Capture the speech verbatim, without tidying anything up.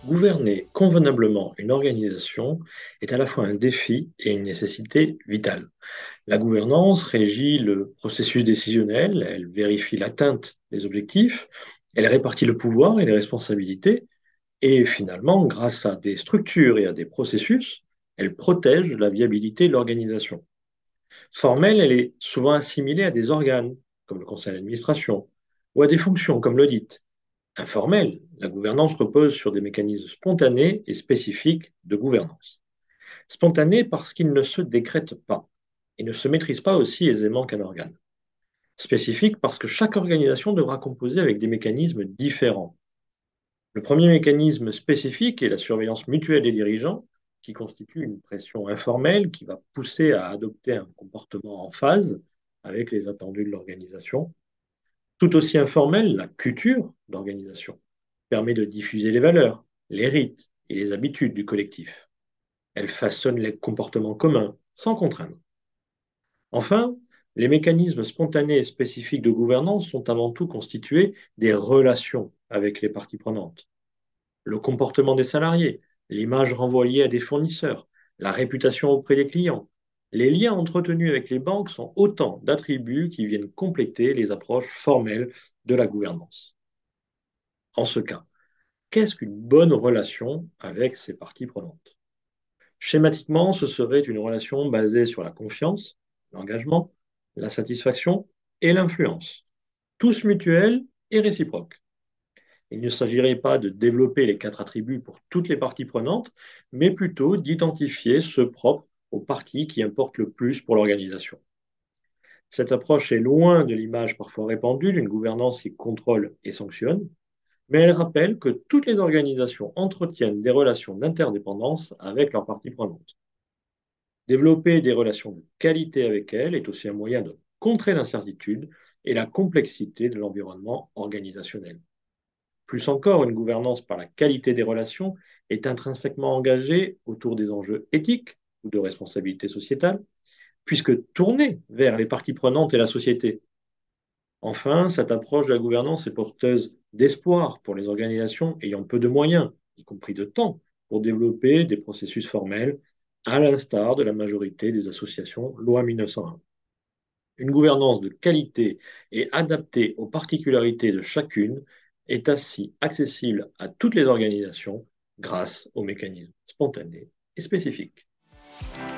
Gouverner convenablement une organisation est à la fois un défi et une nécessité vitale. La gouvernance régit le processus décisionnel, elle vérifie l'atteinte des objectifs, elle répartit le pouvoir et les responsabilités, et finalement, grâce à des structures et à des processus, elle protège la viabilité de l'organisation. Formelle, elle est souvent assimilée à des organes, comme le conseil d'administration, ou à des fonctions, comme l'audit. Informelle, la gouvernance repose sur des mécanismes spontanés et spécifiques de gouvernance. Spontanés parce qu'ils ne se décrètent pas et ne se maîtrisent pas aussi aisément qu'un organe. Spécifiques parce que chaque organisation devra composer avec des mécanismes différents. Le premier mécanisme spécifique est la surveillance mutuelle des dirigeants, qui constitue une pression informelle qui va pousser à adopter un comportement en phase avec les attendus de l'organisation. Tout aussi informelle, la culture d'organisation permet de diffuser les valeurs, les rites et les habitudes du collectif. Elle façonne les comportements communs sans contraindre. Enfin, les mécanismes spontanés et spécifiques de gouvernance sont avant tout constitués des relations avec les parties prenantes. Le comportement des salariés, l'image renvoyée à des fournisseurs, la réputation auprès des clients, les liens entretenus avec les banques sont autant d'attributs qui viennent compléter les approches formelles de la gouvernance. En ce cas, qu'est-ce qu'une bonne relation avec ces parties prenantes? Schématiquement, ce serait une relation basée sur la confiance, l'engagement, la satisfaction et l'influence, tous mutuels et réciproques. Il ne s'agirait pas de développer les quatre attributs pour toutes les parties prenantes, mais plutôt d'identifier ceux propres aux parties qui importent le plus pour l'organisation. Cette approche est loin de l'image parfois répandue d'une gouvernance qui contrôle et sanctionne, mais elle rappelle que toutes les organisations entretiennent des relations d'interdépendance avec leurs parties prenantes. Développer des relations de qualité avec elles est aussi un moyen de contrer l'incertitude et la complexité de l'environnement organisationnel. Plus encore, une gouvernance par la qualité des relations est intrinsèquement engagée autour des enjeux éthiques ou de responsabilité sociétale, puisque tournée vers les parties prenantes et la société. Enfin, cette approche de la gouvernance est porteuse d'espoir pour les organisations ayant peu de moyens, y compris de temps, pour développer des processus formels, à l'instar de la majorité des associations loi mille neuf cent un. Une gouvernance de qualité et adaptée aux particularités de chacune est ainsi accessible à toutes les organisations grâce aux mécanismes spontanés et spécifiques.